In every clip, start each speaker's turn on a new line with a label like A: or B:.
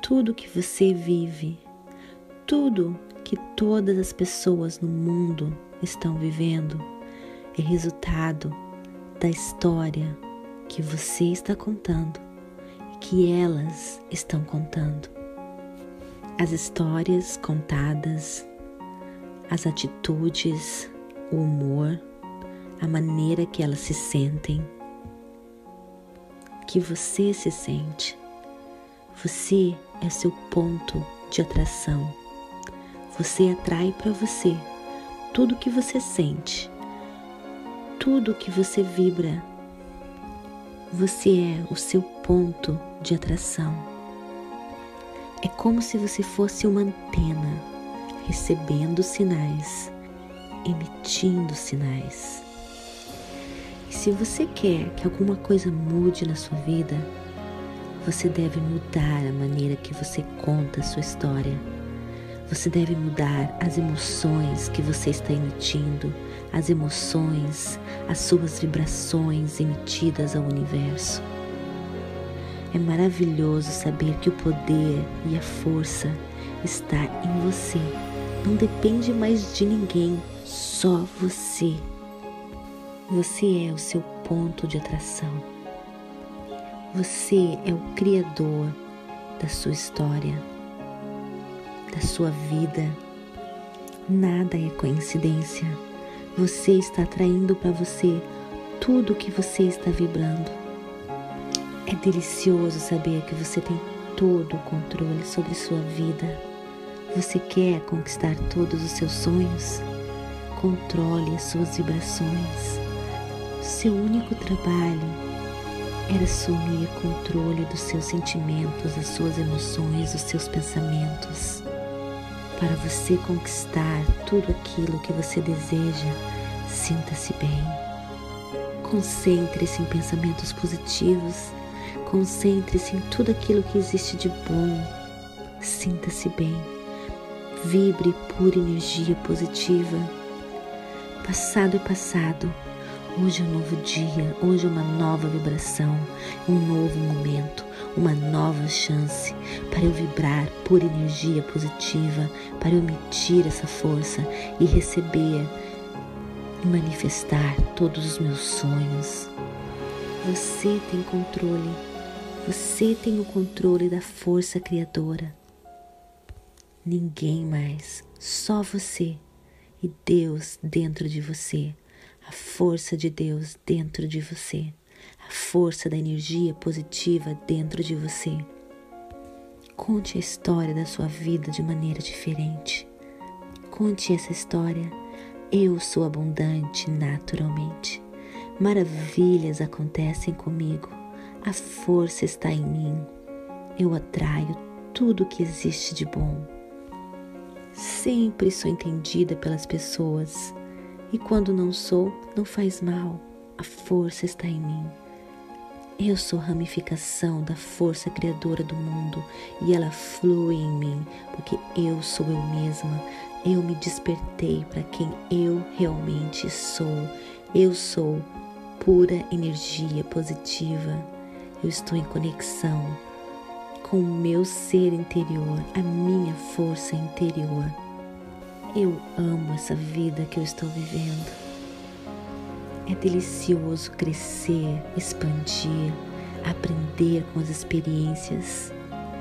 A: tudo que você vive, tudo que todas as pessoas no mundo estão vivendo é resultado da história que você está contando e que elas estão contando. As histórias contadas, as atitudes, o humor, a maneira que elas se sentem, que você se sente. Você é seu ponto de atração. Você atrai para você tudo que você sente, tudo que você vibra. Você é o seu ponto de atração. É como se você fosse uma antena, recebendo sinais, emitindo sinais. E se você quer que alguma coisa mude na sua vida, você deve mudar a maneira que você conta a sua história. Você deve mudar as emoções que você está emitindo, as emoções, as suas vibrações emitidas ao universo. É maravilhoso saber que o poder e a força está em você. Não depende mais de ninguém, só você. Você é o seu ponto de atração. Você é o criador da sua história, da sua vida. Nada é coincidência. Você está atraindo para você tudo que você está vibrando. É delicioso saber que você tem todo o controle sobre sua vida. Você quer conquistar todos os seus sonhos? Controle as suas vibrações. Seu único trabalho era assumir controle dos seus sentimentos, das suas emoções, dos seus pensamentos. Para você conquistar tudo aquilo que você deseja, sinta-se bem. Concentre-se em pensamentos positivos. Concentre-se em tudo aquilo que existe de bom. Sinta-se bem. Vibre pura energia positiva. Passado é passado. Hoje é um novo dia. Hoje é uma nova vibração. Um novo momento. Uma nova chance para eu vibrar pura energia positiva, para eu emitir essa força e receber e manifestar todos os meus sonhos. Você tem controle. Você tem o controle da força criadora. Ninguém mais, só você e Deus dentro de você, a força de Deus dentro de você, a força da energia positiva dentro de você. Conte a história da sua vida de maneira diferente. Conte essa história. Eu sou abundante naturalmente. Maravilhas acontecem comigo. A força está em mim. Eu atraio tudo que existe de bom. Sempre sou entendida pelas pessoas. E quando não sou, não faz mal. A força está em mim. Eu sou ramificação da força criadora do mundo e ela flui em mim, porque eu sou eu mesma. Eu me despertei para quem eu realmente sou. Eu sou pura energia positiva. Eu estou em conexão com o meu ser interior, a minha força interior. Eu amo essa vida que eu estou vivendo. É delicioso crescer, expandir, aprender com as experiências.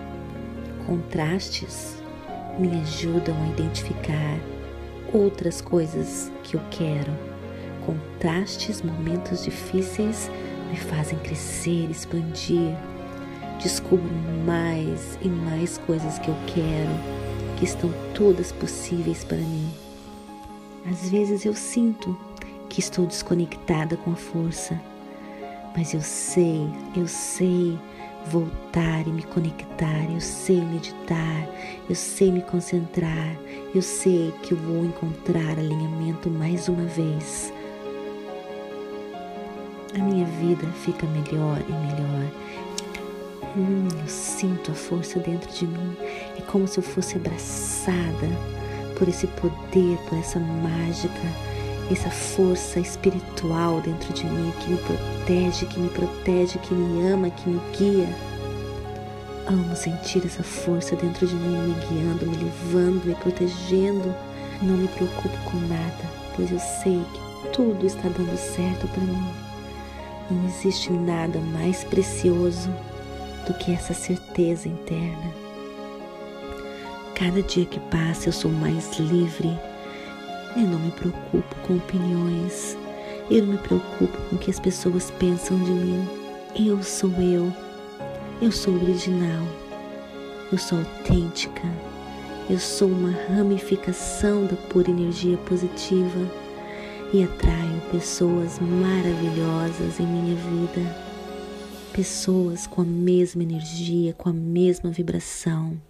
A: Contrastes me ajudam a identificar outras coisas que eu quero. Contrastes, momentos difíceis me fazem crescer, expandir. Descubro mais e mais coisas que eu quero, que estão todas possíveis para mim. Às vezes eu sinto que estou desconectada com a força, mas eu sei voltar e me conectar, eu sei meditar, eu sei me concentrar, eu sei que eu vou encontrar alinhamento mais uma vez. A minha vida fica melhor e melhor. Eu sinto a força dentro de mim. É como se eu fosse abraçada por esse poder, por essa mágica, essa força espiritual dentro de mim que me protege, que me ama, que me guia. Amo sentir essa força dentro de mim, me guiando, me levando, me protegendo. Não me preocupo com nada, pois eu sei que tudo está dando certo para mim. Não existe nada mais precioso do que essa certeza interna. Cada dia que passa eu sou mais livre. Eu não me preocupo com opiniões. Eu não me preocupo com o que as pessoas pensam de mim. Eu sou eu. Eu sou original. Eu sou autêntica. Eu sou uma ramificação da pura energia positiva e atraio pessoas maravilhosas em minha vida. Pessoas com a mesma energia, com a mesma vibração.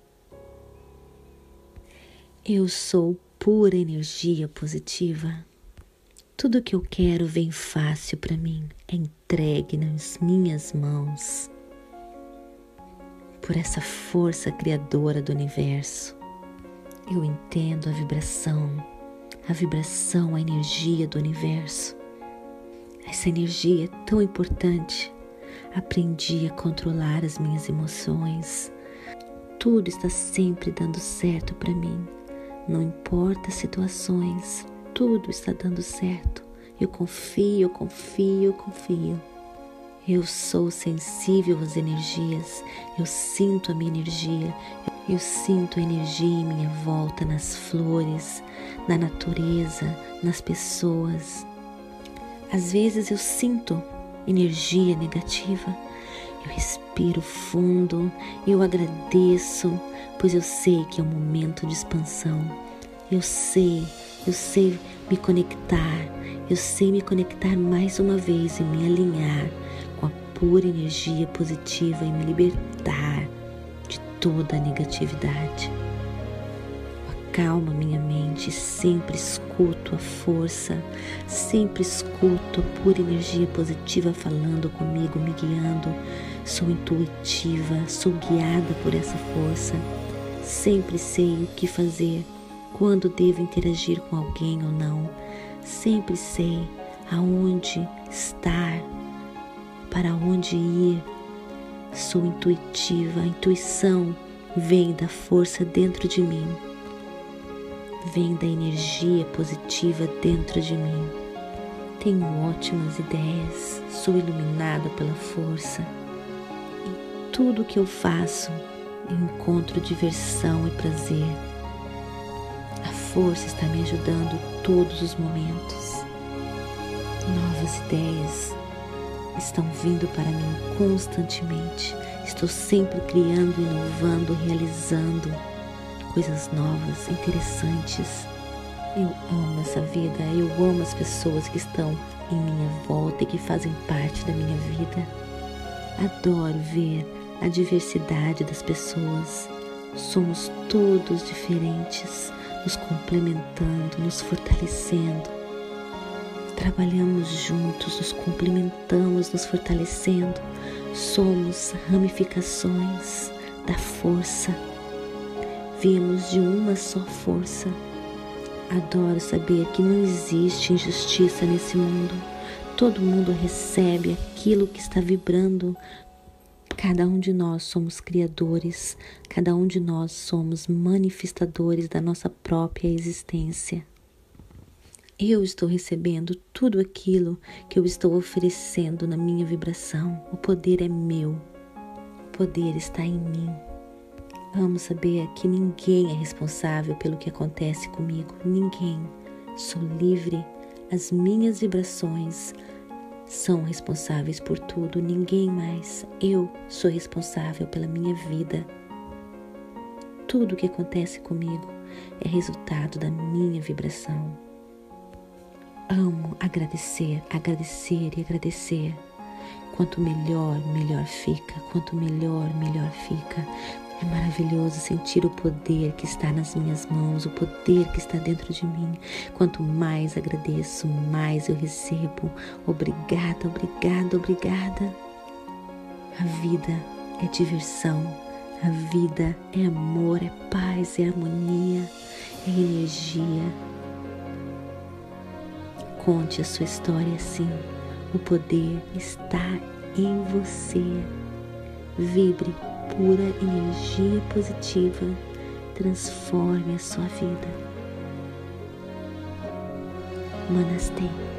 A: Eu sou pura energia positiva. Tudo que eu quero vem fácil para mim, é entregue nas minhas mãos. Por essa força criadora do universo, eu entendo a vibração, a energia do universo. Essa energia é tão importante. Aprendi a controlar as minhas emoções. Tudo está sempre dando certo para mim. Não importa as situações, tudo está dando certo. Eu confio, eu confio, eu confio. Eu sou sensível às energias. Eu sinto a minha energia. Eu sinto a energia em minha volta, nas flores, na natureza, nas pessoas. Às vezes eu sinto energia negativa. Eu respiro fundo, eu agradeço, pois eu sei que é um momento de expansão. Eu sei me conectar. Eu sei me conectar mais uma vez e me alinhar com a pura energia positiva e me libertar de toda a negatividade. Acalma minha mente, sempre escuto a força, sempre escuto a pura energia positiva falando comigo, me guiando. Sou intuitiva, sou guiada por essa força. Sempre sei o que fazer, quando devo interagir com alguém ou não. Sempre sei aonde estar, para onde ir. Sou intuitiva, a intuição vem da força dentro de mim. Vem da energia positiva dentro de mim. Tenho ótimas ideias, sou iluminada pela força. Em tudo que eu faço, eu encontro diversão e prazer. A força está me ajudando todos os momentos. Novas ideias estão vindo para mim constantemente. Estou sempre criando, inovando, realizando coisas novas, interessantes. Eu amo essa vida, eu amo as pessoas que estão em minha volta e que fazem parte da minha vida. Adoro ver a diversidade das pessoas. Somos todos diferentes, nos complementando, nos fortalecendo. Trabalhamos juntos, nos complementamos, nos fortalecendo. Somos ramificações da força. Viemos de uma só força. Adoro saber que não existe injustiça nesse mundo. Todo mundo recebe aquilo que está vibrando. Cada um de nós somos criadores. Cada um de nós somos manifestadores da nossa própria existência. Eu estou recebendo tudo aquilo que eu estou oferecendo na minha vibração. O poder é meu. O poder está em mim. Amo saber que ninguém é responsável pelo que acontece comigo. Ninguém. Sou livre. As minhas vibrações são responsáveis por tudo. Ninguém mais. Eu sou responsável pela minha vida. Tudo que acontece comigo é resultado da minha vibração. Amo agradecer, agradecer e agradecer. Quanto melhor, melhor fica. Quanto melhor, melhor fica. É maravilhoso sentir o poder que está nas minhas mãos, o poder que está dentro de mim. Quanto mais agradeço, mais eu recebo. Obrigada, obrigada, obrigada. A vida é diversão. A vida é amor, é paz, é harmonia, é energia. Conte a sua história assim. O poder está em você. Vibre pura energia positiva transforme a sua vida. Namastê.